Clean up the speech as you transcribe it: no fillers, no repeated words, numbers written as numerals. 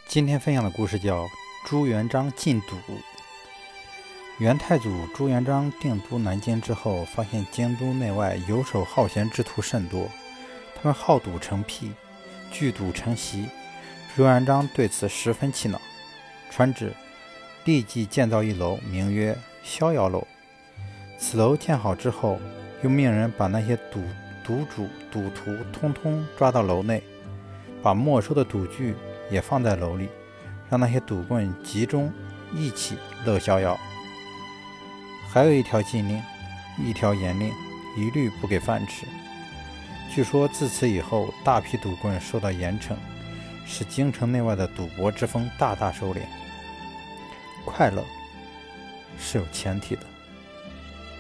今天分享的故事叫朱元璋禁赌。元太祖朱元璋定都南京之后，发现京都内外游手好闲之徒甚多，他们好赌成癖，聚赌成习。朱元璋对此十分气恼，传旨立即建造一楼，名曰逍遥楼。此楼建好之后，又命人把那些赌主、赌徒通通抓到楼内，把没收的赌具也放在楼里，让那些赌棍集中一起乐逍遥。还有一条禁令，一条严令，一律不给饭吃。据说自此以后，大批赌棍受到严惩，使京城内外的赌博之风大大收敛。快乐是有前提的。